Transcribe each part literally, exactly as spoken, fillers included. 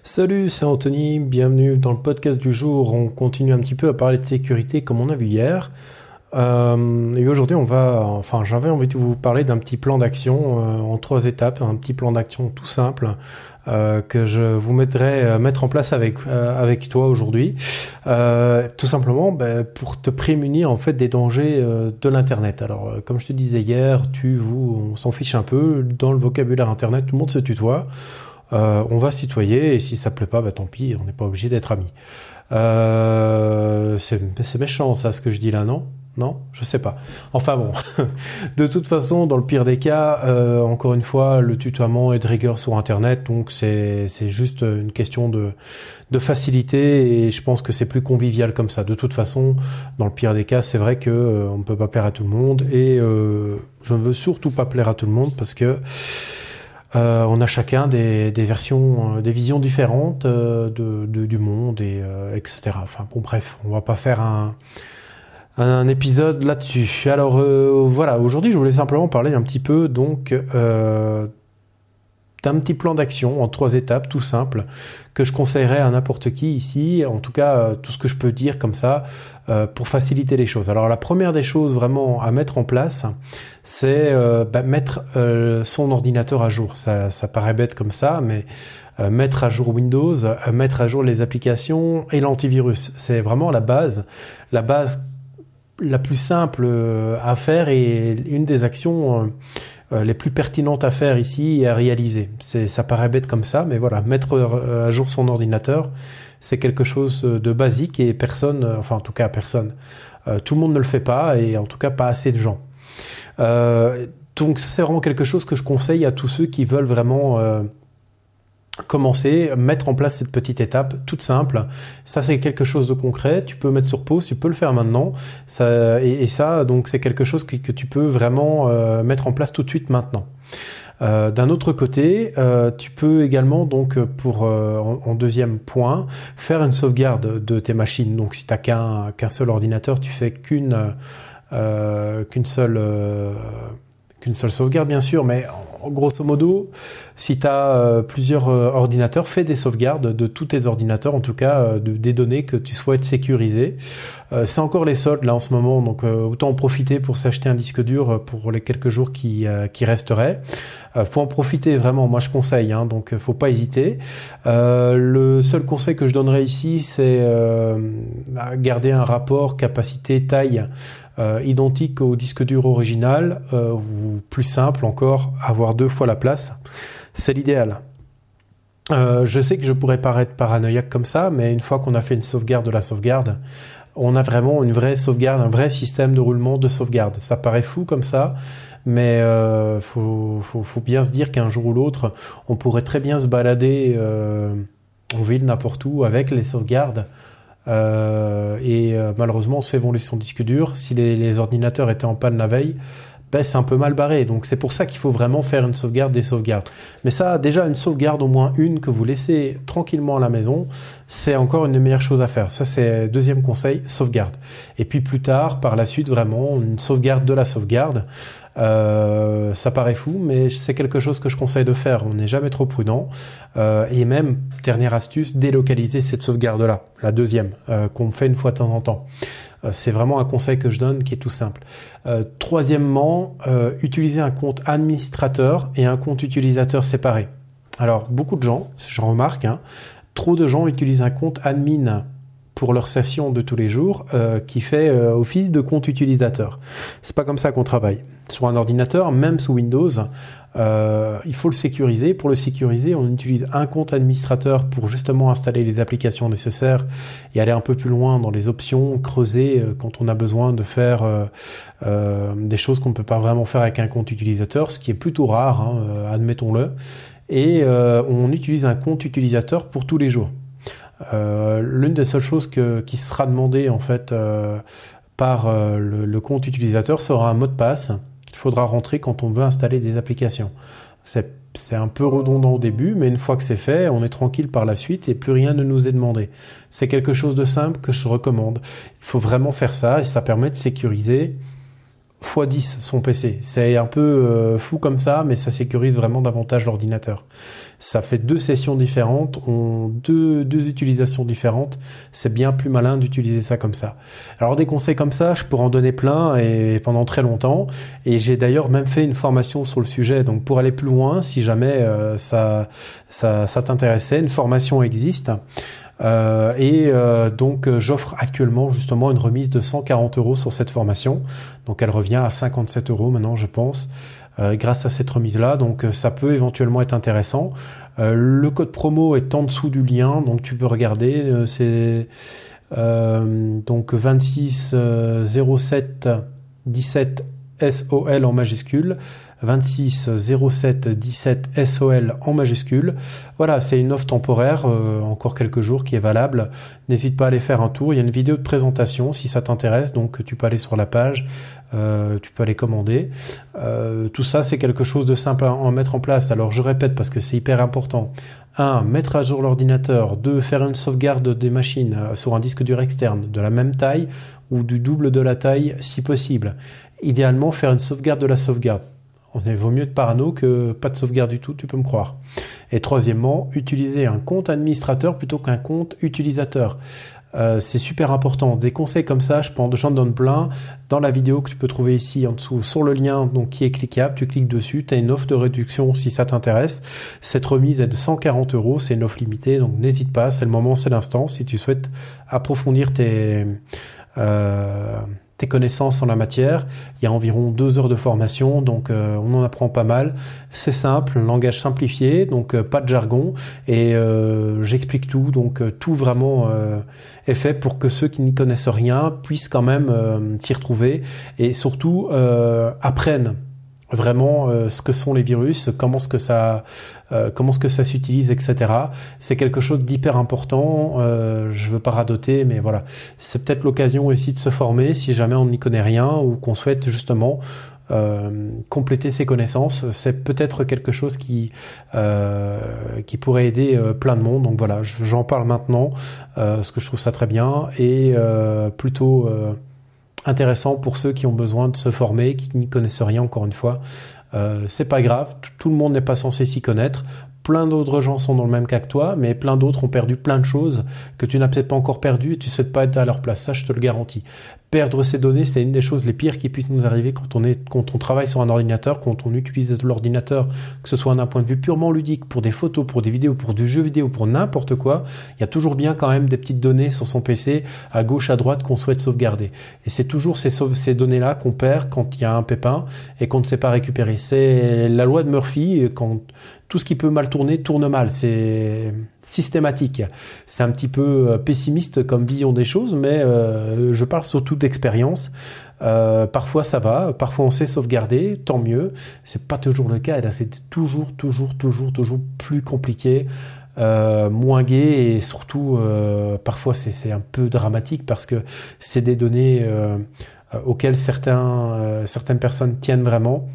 Salut, c'est Anthony, bienvenue dans le podcast du jour. On continue un petit peu à parler de sécurité comme on a vu hier. Euh, et aujourd'hui, on va, enfin, j'avais envie de vous parler d'un petit plan d'action euh, en trois étapes, un petit plan d'action tout simple euh, que je vous mettrai à mettre en place avec euh, avec toi aujourd'hui, euh, tout simplement ben, pour te prémunir en fait des dangers euh, de l'internet. Alors, euh, comme je te disais hier, tu, vous, on s'en fiche un peu. Dans le vocabulaire internet, tout le monde se tutoie. Euh, on va se tutoyer et si ça plaît pas, bah tant pis, on n'est pas obligé d'être amis. Euh, c'est, c'est méchant ça ce que je dis là, non ? Non ? Je sais pas. Enfin bon, de toute façon, dans le pire des cas, euh, encore une fois, le tutoiement est de rigueur sur Internet, donc c'est c'est juste une question de de facilité et je pense que c'est plus convivial comme ça. De toute façon, dans le pire des cas, c'est vrai que euh, on ne peut pas plaire à tout le monde et euh, je ne veux surtout pas plaire à tout le monde parce que Euh, on a chacun des, des versions, euh, des visions différentes euh, de, de, du monde et euh, et cetera. Enfin bon, bref, on va pas faire un, un épisode là-dessus. Alors euh, voilà, aujourd'hui, je voulais simplement parler un petit peu donc euh, d'un petit plan d'action en trois étapes, tout simple, que je conseillerais à n'importe qui ici. En tout cas, euh, tout ce que je peux dire comme ça euh, pour faciliter les choses. Alors la première des choses vraiment à mettre en place, c'est euh, bah, mettre euh, son ordinateur à jour. Ça, ça paraît bête comme ça, mais euh, mettre à jour Windows, euh, mettre à jour les applications et l'antivirus. C'est vraiment la base, la base la plus simple à faire et une des actions euh, Euh, les plus pertinentes à faire ici et à réaliser. C'est, ça paraît bête comme ça, mais voilà, mettre euh, à jour son ordinateur, c'est quelque chose de basique et personne, euh, enfin en tout cas personne, euh, tout le monde ne le fait pas et en tout cas pas assez de gens. Euh, donc ça c'est vraiment quelque chose que je conseille à tous ceux qui veulent vraiment euh, commencer, mettre en place cette petite étape toute simple. Ça c'est quelque chose de concret, tu peux mettre sur pause, tu peux le faire maintenant. Ça, et, et ça donc c'est quelque chose que, que tu peux vraiment euh, mettre en place tout de suite maintenant. Euh, d'un autre côté, euh, tu peux également donc pour euh, en, en deuxième point faire une sauvegarde de tes machines. Donc si tu n'as qu'un qu'un seul ordinateur, tu fais qu'une euh, qu'une seule euh, qu'une seule sauvegarde bien sûr, mais en, grosso modo, si tu as euh, plusieurs euh, ordinateurs, fais des sauvegardes de tous tes ordinateurs, en tout cas euh, de, des données que tu souhaites sécuriser. Euh, c'est encore les soldes là en ce moment, donc euh, autant en profiter pour s'acheter un disque dur pour les quelques jours qui, euh, qui resteraient. Euh, faut en profiter vraiment, moi je conseille, hein, donc euh, faut pas hésiter. Euh, le seul conseil que je donnerais ici, c'est euh, garder un rapport capacité-taille Euh, identique au disque dur original euh, ou plus simple encore, avoir deux fois la place, c'est l'idéal. Euh, je sais que je pourrais paraître paranoïaque comme ça, mais une fois qu'on a fait une sauvegarde de la sauvegarde, on a vraiment une vraie sauvegarde, un vrai système de roulement de sauvegarde. Ça paraît fou comme ça, mais euh, faut, faut, faut bien se dire qu'un jour ou l'autre, on pourrait très bien se balader euh, en ville, n'importe où, avec les sauvegardes. Euh, et euh, malheureusement on se fait voler son disque dur. Si les, les ordinateurs étaient en panne la veille, ben c'est un peu mal barré. Donc c'est pour ça qu'il faut vraiment faire une sauvegarde des sauvegardes. Mais ça, déjà une sauvegarde, au moins une que vous laissez tranquillement à la maison, c'est encore une des meilleures choses à faire. Ça c'est deuxième conseil, sauvegarde. Et puis plus tard, par la suite, vraiment une sauvegarde de la sauvegarde. Euh, ça paraît fou, mais c'est quelque chose que je conseille de faire. On n'est jamais trop prudent. Euh, et même, dernière astuce, délocaliser cette sauvegarde-là, la deuxième, euh, qu'on fait une fois de temps en temps. Euh, c'est vraiment un conseil que je donne qui est tout simple. Euh, troisièmement, euh, utiliser un compte administrateur et un compte utilisateur séparé. Alors, beaucoup de gens, je remarque, hein, trop de gens utilisent un compte admin pour leur session de tous les jours, euh, qui fait euh, office de compte utilisateur. C'est pas comme ça qu'on travaille. Sur un ordinateur, même sous Windows, euh, il faut le sécuriser. Pour le sécuriser, on utilise un compte administrateur pour justement installer les applications nécessaires et aller un peu plus loin dans les options, creuser euh, quand on a besoin de faire euh, euh, des choses qu'on ne peut pas vraiment faire avec un compte utilisateur, ce qui est plutôt rare, hein, euh, admettons-le. Et euh, on utilise un compte utilisateur pour tous les jours. Euh, l'une des seules choses que, qui sera demandée en fait euh, par euh, le, le compte utilisateur sera un mot de passe qu'il faudra rentrer quand on veut installer des applications. C'est, c'est un peu redondant au début, mais une fois que c'est fait, on est tranquille par la suite et plus rien ne nous est demandé. C'est quelque chose de simple que je recommande. Il faut vraiment faire ça et ça permet de sécuriser fois dix son P C. C'est un peu euh, fou comme ça, mais ça sécurise vraiment davantage l'ordinateur. Ça fait deux sessions différentes, on, deux, deux utilisations différentes. C'est bien plus malin d'utiliser ça comme ça. Alors des conseils comme ça, je pourrais en donner plein et pendant très longtemps. Et j'ai d'ailleurs même fait une formation sur le sujet. Donc pour aller plus loin, si jamais euh, ça, ça, ça t'intéressait, une formation existe. Euh, et euh, donc j'offre actuellement justement une remise de cent quarante euros sur cette formation. Donc elle revient à cinquante-sept euros maintenant, je pense. Euh, grâce à cette remise-là, donc euh, ça peut éventuellement être intéressant. Euh, le code promo est en dessous du lien, donc tu peux regarder. Euh, c'est euh, donc vingt-six zéro sept dix-sept S O L en majuscule. vingt-six zéro sept dix-sept S O L en majuscule. Voilà, c'est une offre temporaire, euh, encore quelques jours, qui est valable. N'hésite pas à aller faire un tour. Il y a une vidéo de présentation si ça t'intéresse, donc tu peux aller sur la page, euh, tu peux aller commander. Euh, tout ça, c'est quelque chose de simple à, à mettre en place. Alors, je répète parce que c'est hyper important. un. Mettre à jour l'ordinateur. deux. Faire une sauvegarde des machines sur un disque dur externe de la même taille ou du double de la taille si possible. Idéalement, faire une sauvegarde de la sauvegarde. On est vaut mieux être parano que pas de sauvegarde du tout, tu peux me croire. Et troisièmement, utiliser un compte administrateur plutôt qu'un compte utilisateur. Euh, c'est super important. Des conseils comme ça, je pense, j'en donne plein. Dans la vidéo que tu peux trouver ici en dessous, sur le lien donc qui est cliquable, tu cliques dessus, tu as une offre de réduction si ça t'intéresse. Cette remise est de cent quarante euros, c'est une offre limitée, donc n'hésite pas, c'est le moment, c'est l'instant. Si tu souhaites approfondir tes... Euh, tes connaissances en la matière. Il y a environ deux heures de formation, donc euh, on en apprend pas mal. C'est simple, un langage simplifié, donc euh, pas de jargon, et euh, j'explique tout, donc euh, tout vraiment euh, est fait pour que ceux qui n'y connaissent rien puissent quand même euh, s'y retrouver, et surtout euh, apprennent vraiment euh, ce que sont les virus, comment ce que ça, euh, comment ce que ça s'utilise, et cetera. C'est quelque chose d'hyper important. Euh, je veux pas radoter, mais voilà, c'est peut-être l'occasion aussi de se former si jamais on n'y connaît rien ou qu'on souhaite justement euh, compléter ses connaissances. C'est peut-être quelque chose qui euh, qui pourrait aider euh, plein de monde. Donc voilà, j'en parle maintenant euh, parce que je trouve ça très bien et euh, plutôt euh, intéressant pour ceux qui ont besoin de se former, qui n'y connaissent rien, encore une fois. Euh, c'est pas grave, tout, tout le monde n'est pas censé s'y connaître. Plein d'autres gens sont dans le même cas que toi, mais plein d'autres ont perdu plein de choses que tu n'as peut-être pas encore perdues et tu ne souhaites pas être à leur place. Ça, je te le garantis. Perdre ces données, c'est une des choses les pires qui puissent nous arriver quand on, est, quand on travaille sur un ordinateur, quand on utilise l'ordinateur, que ce soit d'un point de vue purement ludique, pour des photos, pour des vidéos, pour du jeu vidéo, pour n'importe quoi. Il y a toujours bien quand même des petites données sur son P C, à gauche, à droite, qu'on souhaite sauvegarder. Et c'est toujours ces, ces données-là qu'on perd quand il y a un pépin et qu'on ne sait pas récupérer. C'est la loi de Murphy, quand tout ce qui peut mal tourner, tourne mal. C'est systématique. C'est un petit peu pessimiste comme vision des choses, mais euh, je parle surtout d'expérience. Euh, parfois ça va, parfois on sait sauvegarder, tant mieux. C'est pas toujours le cas, et là c'est toujours, toujours, toujours, toujours plus compliqué, euh, moins gai, et surtout euh, parfois c'est, c'est un peu dramatique parce que c'est des données euh, auxquelles certains, euh, certaines personnes tiennent vraiment.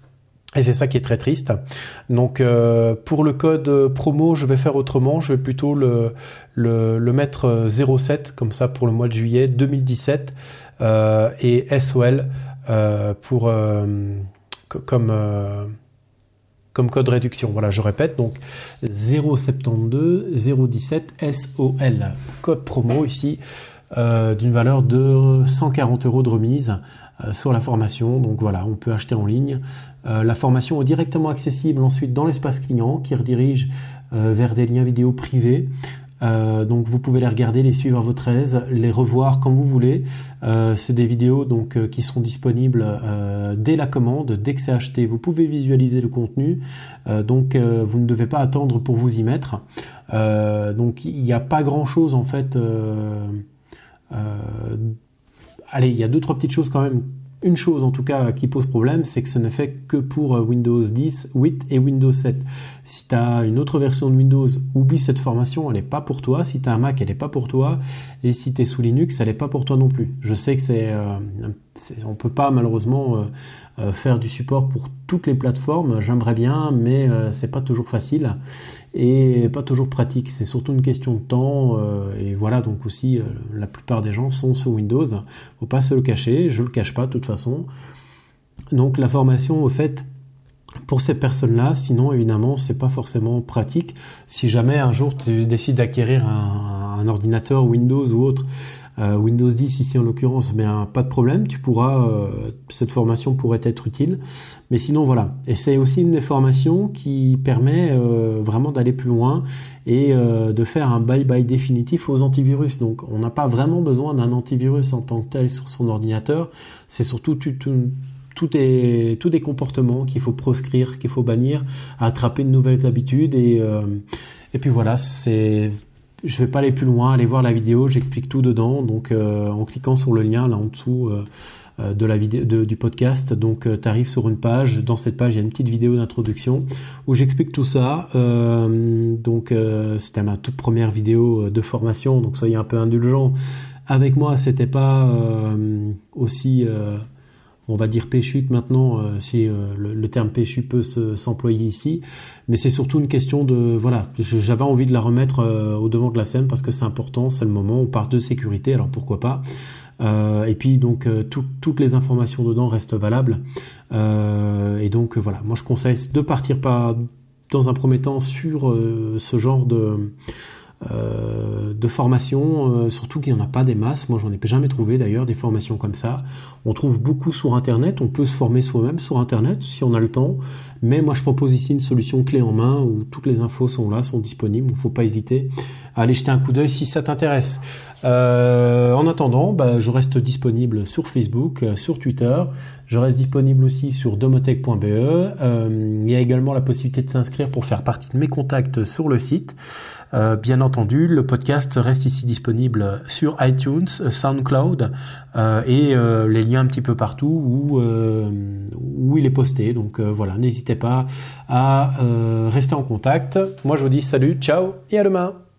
Et c'est ça qui est très triste. Donc euh, pour le code promo, je vais faire autrement. Je vais plutôt le, le, le mettre zéro sept, comme ça pour le mois de juillet deux mille dix-sept, euh, et S O L euh, pour, euh, comme, euh, comme code réduction. Voilà, je répète, donc zéro soixante-douze zéro dix-sept S O L. Code promo ici euh, d'une valeur de cent quarante euros de remise euh, sur la formation. Donc voilà, on peut acheter en ligne. Euh, la formation est directement accessible ensuite dans l'espace client qui redirige euh, vers des liens vidéo privés. Euh, donc vous pouvez les regarder, les suivre à votre aise, les revoir comme vous voulez. Euh, c'est des vidéos donc euh, qui sont disponibles euh, dès la commande, dès que c'est acheté. Vous pouvez visualiser le contenu, euh, donc euh, vous ne devez pas attendre pour vous y mettre. Euh, donc il n'y a pas grand chose en fait. Euh, euh, allez, il y a deux trois petites choses quand même. Une chose en tout cas qui pose problème, c'est que ce ne fait que pour Windows dix, huit et Windows sept. Si tu as une autre version de Windows, oublie cette formation, elle n'est pas pour toi. Si tu as un Mac, elle n'est pas pour toi. Et si tu es sous Linux, elle n'est pas pour toi non plus. Je sais que c'est, euh, c'est on ne peut pas malheureusement euh, euh, faire du support pour toutes les plateformes. J'aimerais bien, mais euh, c'est pas toujours facile et pas toujours pratique. C'est surtout une question de temps. Euh, et voilà, donc aussi, euh, la plupart des gens sont sous Windows. Faut pas se le cacher. Je le cache pas de toute façon. Donc la formation, au fait, pour ces personnes-là, sinon évidemment c'est pas forcément pratique. Si jamais un jour tu décides d'acquérir un, un ordinateur Windows ou autre, euh, Windows dix ici en l'occurrence, bien pas de problème, tu pourras, euh, cette formation pourrait être utile. Mais sinon voilà, et c'est aussi une des formations qui permet euh, vraiment d'aller plus loin et euh, de faire un bye-bye définitif aux antivirus. Donc on n'a pas vraiment besoin d'un antivirus en tant que tel sur son ordinateur, c'est surtout tout, tout, tout est tous des comportements qu'il faut proscrire, qu'il faut bannir, attraper de nouvelles habitudes et euh, et puis voilà, c'est je vais pas aller plus loin, allez voir la vidéo, j'explique tout dedans. Donc euh, en cliquant sur le lien là en dessous euh, de la vidéo de, du podcast, donc euh, tu arrives sur une page, dans cette page il y a une petite vidéo d'introduction où j'explique tout ça. Euh, donc euh, c'était ma toute première vidéo de formation, donc soyez un peu indulgents avec moi, c'était pas euh, aussi euh, on va dire péchu que maintenant, euh, si euh, le, le terme péchu peut se, s'employer ici, mais c'est surtout une question de, voilà, je, j'avais envie de la remettre euh, au devant de la scène parce que c'est important, c'est le moment, on parle de sécurité, alors pourquoi pas. Euh, et puis donc euh, tout, toutes les informations dedans restent valables. Euh, et donc euh, voilà, moi je conseille de partir par, dans un premier temps sur euh, ce genre de Euh, de formation, euh, surtout qu'il n'y en a pas des masses. Moi j'en ai jamais trouvé d'ailleurs des formations comme ça. On trouve beaucoup sur internet, on peut se former soi-même sur internet si on a le temps, mais moi je propose ici une solution clé en main où toutes les infos sont là, sont disponibles. Il ne faut pas hésiter à aller jeter un coup d'œil si ça t'intéresse. Euh, en attendant, bah, je reste disponible sur Facebook, euh, sur Twitter, je reste disponible aussi sur domotech point b e. Euh, il y a également la possibilité de s'inscrire pour faire partie de mes contacts sur le site. Euh, bien entendu, le podcast reste ici disponible sur iTunes, SoundCloud euh, et euh, les liens un petit peu partout où, euh, où il est posté. Donc euh, voilà, n'hésitez pas à euh, rester en contact. Moi je vous dis salut, ciao et à demain.